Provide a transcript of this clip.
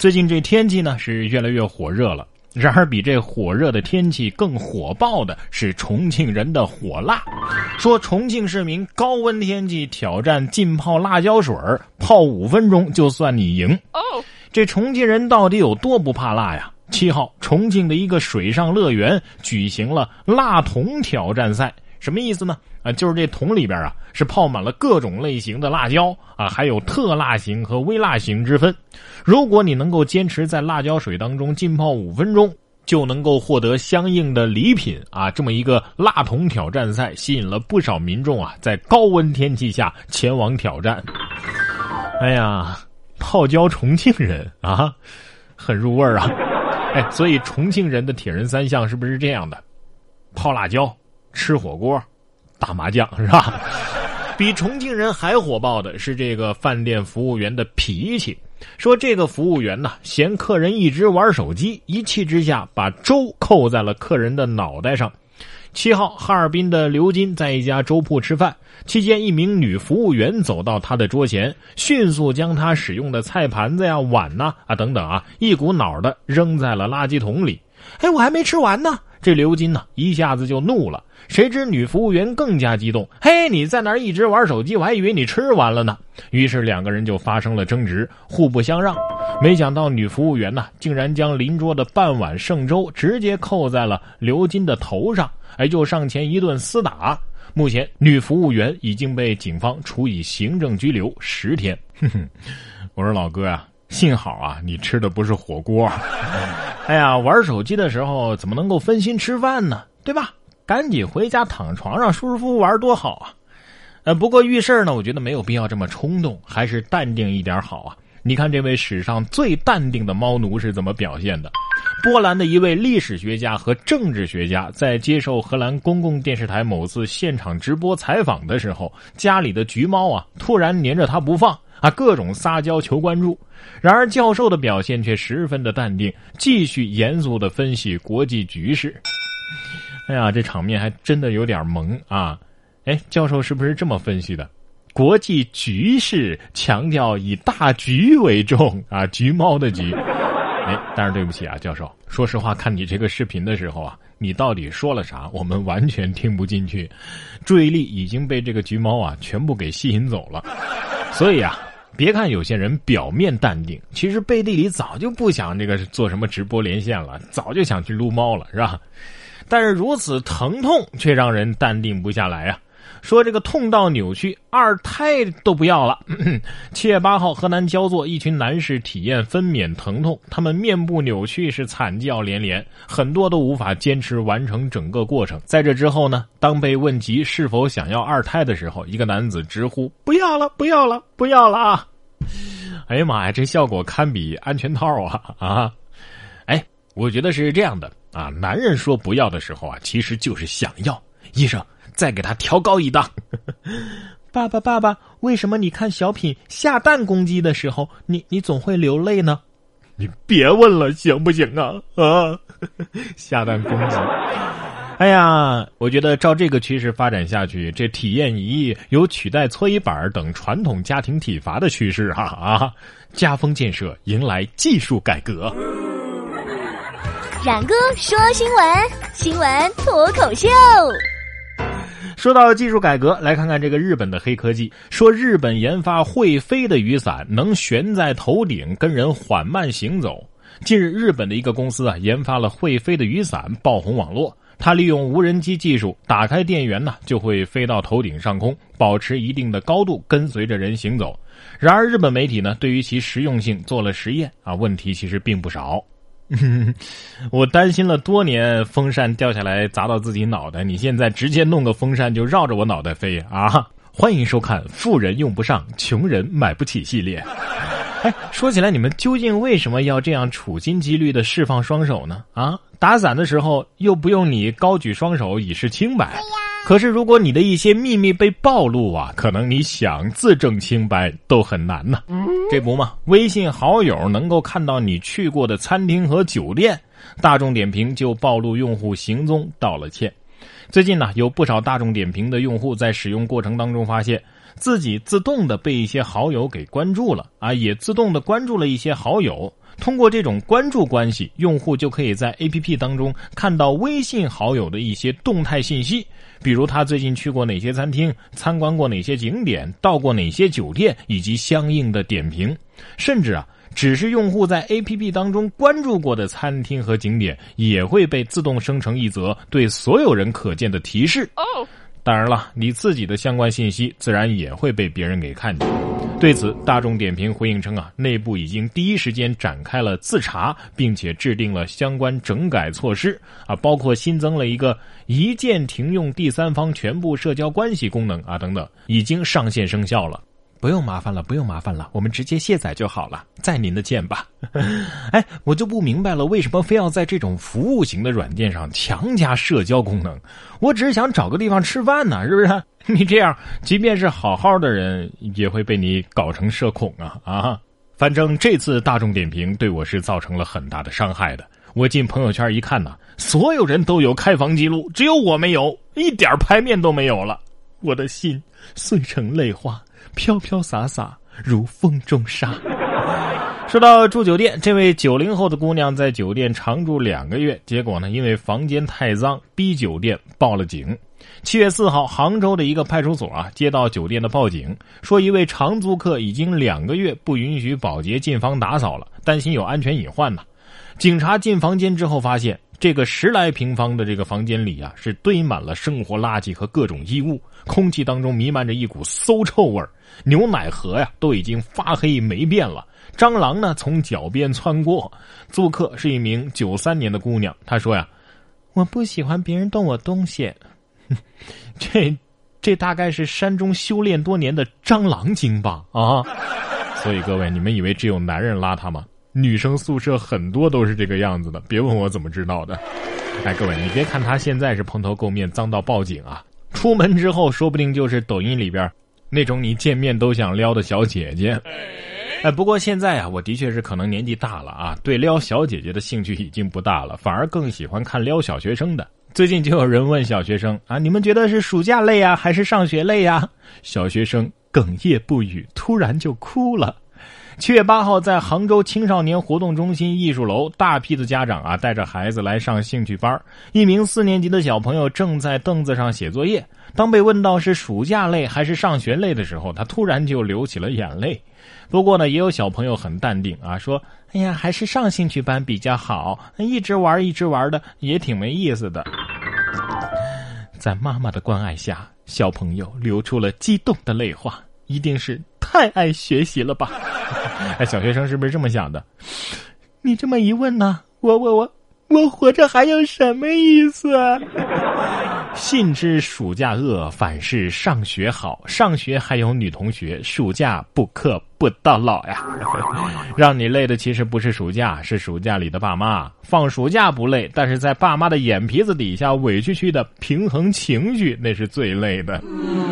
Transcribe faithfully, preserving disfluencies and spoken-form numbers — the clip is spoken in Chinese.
最近这天气呢是越来越火热了，然而比这火热的天气更火爆的是重庆人的火辣。说重庆市民高温天气挑战浸泡辣椒水，泡五分钟就算你赢。这重庆人到底有多不怕辣呀？七号，重庆的一个水上乐园举行了辣桶挑战赛。什么意思呢？啊，就是这桶里边啊是泡满了各种类型的辣椒啊，还有特辣型和微辣型之分。如果你能够坚持在辣椒水当中浸泡五分钟，就能够获得相应的礼品啊！这么一个辣桶挑战赛，吸引了不少民众啊，在高温天气下前往挑战。哎呀，泡椒重庆人啊，很入味儿啊！哎，所以重庆人的铁人三项是不是这样的？泡辣椒、吃火锅、打麻将，是吧？比重庆人还火爆的是这个饭店服务员的脾气。说这个服务员呢，嫌客人一直玩手机，一气之下把粥扣在了客人的脑袋上。七号，哈尔滨的刘金在一家粥铺吃饭，期间一名女服务员走到他的桌前，迅速将他使用的菜盘子呀、碗呐啊等等啊，一股脑的扔在了垃圾桶里。哎，我还没吃完呢！这刘金呢，一下子就怒了。谁知女服务员更加激动，嘿，你在那儿一直玩手机，我还以为你吃完了呢。于是两个人就发生了争执，互不相让。没想到女服务员呢，竟然将邻桌的半碗剩粥直接扣在了刘金的头上，哎，就上前一顿厮打。目前女服务员已经被警方处以行政拘留十天。哼哼，我说老哥啊，幸好啊，你吃的不是火锅。哎呀，玩手机的时候怎么能够分心吃饭呢？对吧？赶紧回家躺床上舒舒服服玩多好啊！呃，不过遇事呢，我觉得没有必要这么冲动，还是淡定一点好啊。你看这位史上最淡定的猫奴是怎么表现的？波兰的一位历史学家和政治学家在接受荷兰公共电视台某次现场直播采访的时候，家里的橘猫啊突然黏着他不放啊，各种撒娇求关注。然而教授的表现却十分的淡定，继续严肃地分析国际局势。哎呀，这场面还真的有点萌啊！哎，教授是不是这么分析的？国际局势强调以大局为重啊，橘猫的橘。哎，但是对不起啊，教授，说实话，看你这个视频的时候啊，你到底说了啥，我们完全听不进去，注意力已经被这个橘猫啊全部给吸引走了。所以啊，别看有些人表面淡定，其实背地里早就不想这个做什么直播连线了，早就想去撸猫了，是吧？但是如此疼痛却让人淡定不下来啊！说这个痛到扭曲，二胎都不要了。七月八号，河南焦作一群男士体验分娩疼痛，他们面部扭曲，是惨叫连连，很多都无法坚持完成整个过程。在这之后呢，当被问及是否想要二胎的时候，一个男子直呼不要了，不要了，不要了啊！哎呀妈呀，这效果堪比安全套啊啊！哎，我觉得是这样的啊，男人说不要的时候啊，其实就是想要。医生，再给他调高一档。爸爸爸爸，为什么你看小品下蛋公鸡的时候，你你总会流泪呢？你别问了，行不行啊？啊，下蛋公鸡。哎呀，我觉得照这个趋势发展下去，这体验仪有取代搓衣板等传统家庭体罚的趋势哈啊！家风建设迎来技术改革。 冉哥说新闻，新闻脱口秀。 说到技术改革，来看看这个日本的黑科技。说日本研发会飞的雨伞，能悬在头顶跟人缓慢行走。近日，日本的一个公司啊，研发了会飞的雨伞，爆红网络。它利用无人机技术，打开电源呢，就会飞到头顶上空，保持一定的高度，跟随着人行走。然而，日本媒体呢，对于其实用性做了实验啊，问题其实并不少。我担心了多年，风扇掉下来砸到自己脑袋，你现在直接弄个风扇就绕着我脑袋飞啊！欢迎收看富人用不上穷人买不起系列。哎，说起来，你们究竟为什么要这样处心积虑的释放双手呢？啊，打伞的时候又不用你高举双手以示清白。可是如果你的一些秘密被暴露啊，可能你想自证清白都很难呢、啊。这不嘛，微信好友能够看到你去过的餐厅和酒店，大众点评就暴露用户行踪，道了歉。 最近呢，有不少大众点评的用户在使用过程当中发现，自己自动的被一些好友给关注了啊，也自动的关注了一些好友。通过这种关注关系，用户就可以在 A P P 当中看到微信好友的一些动态信息，比如他最近去过哪些餐厅，参观过哪些景点，到过哪些酒店，以及相应的点评。甚至啊，只是用户在 A P P 当中关注过的餐厅和景点，也会被自动生成一则对所有人可见的提示。当然了，你自己的相关信息自然也会被别人给看见。对此，大众点评回应称啊，内部已经第一时间展开了自查，并且制定了相关整改措施啊，包括新增了一个一键停用第三方全部社交关系功能啊等等，已经上线生效了。不用麻烦了，不用麻烦了，我们直接卸载就好了，在您的键吧。哎，我就不明白了，为什么非要在这种服务型的软件上强加社交功能？我只是想找个地方吃饭呢，是不是？你这样，即便是好好的人，也会被你搞成社恐啊啊！反正这次大众点评对我是造成了很大的伤害的。我进朋友圈一看呢，所有人都有开房记录，只有我没有，一点排面都没有了。我的心碎成泪花，飘飘洒洒如风中沙。说到住酒店，这位九零后的姑娘在酒店常住两个月，结果呢，因为房间太脏，逼酒店报了警。七月四号，杭州的一个派出所啊，接到酒店的报警，说一位长租客已经两个月不允许保洁进房打扫了，担心有安全隐患呢。警察进房间之后发现，这个十来平方的这个房间里啊，是堆满了生活垃圾和各种衣物，空气当中弥漫着一股馊臭味，牛奶盒呀都已经发黑霉变了，蟑螂呢从脚边窜过。租客是一名九三年的姑娘，她说呀，我不喜欢别人动我东西。这这大概是山中修炼多年的蟑螂精吧啊！所以各位，你们以为只有男人邋遢吗？女生宿舍很多都是这个样子的，别问我怎么知道的。哎，各位，你别看他现在是蓬头垢面脏到报警啊，出门之后说不定就是抖音里边那种你见面都想撩的小姐姐。哎，不过现在啊，我的确是可能年纪大了啊，对撩小姐姐的兴趣已经不大了，反而更喜欢看撩小学生的。最近就有人问小学生啊，你们觉得是暑假累啊，还是上学累啊？小学生哽咽不语，突然就哭了。七月八号，在杭州青少年活动中心艺术楼，大批的家长啊带着孩子来上兴趣班。一名四年级的小朋友正在凳子上写作业，当被问到是暑假累还是上学累的时候，他突然就流起了眼泪。不过呢，也有小朋友很淡定啊，说哎呀，还是上兴趣班比较好，一直玩一直玩的也挺没意思的。在妈妈的关爱下，小朋友流出了激动的泪花，一定是太爱学习了吧。哎，小学生是不是这么想的？你这么一问呢，我我我我活着还有什么意思啊？信知暑假饿，反是上学好。上学还有女同学，暑假补课补到老呀。让你累的其实不是暑假，是暑假里的爸妈。放暑假不累，但是在爸妈的眼皮子底下委屈屈的平衡情绪，那是最累的。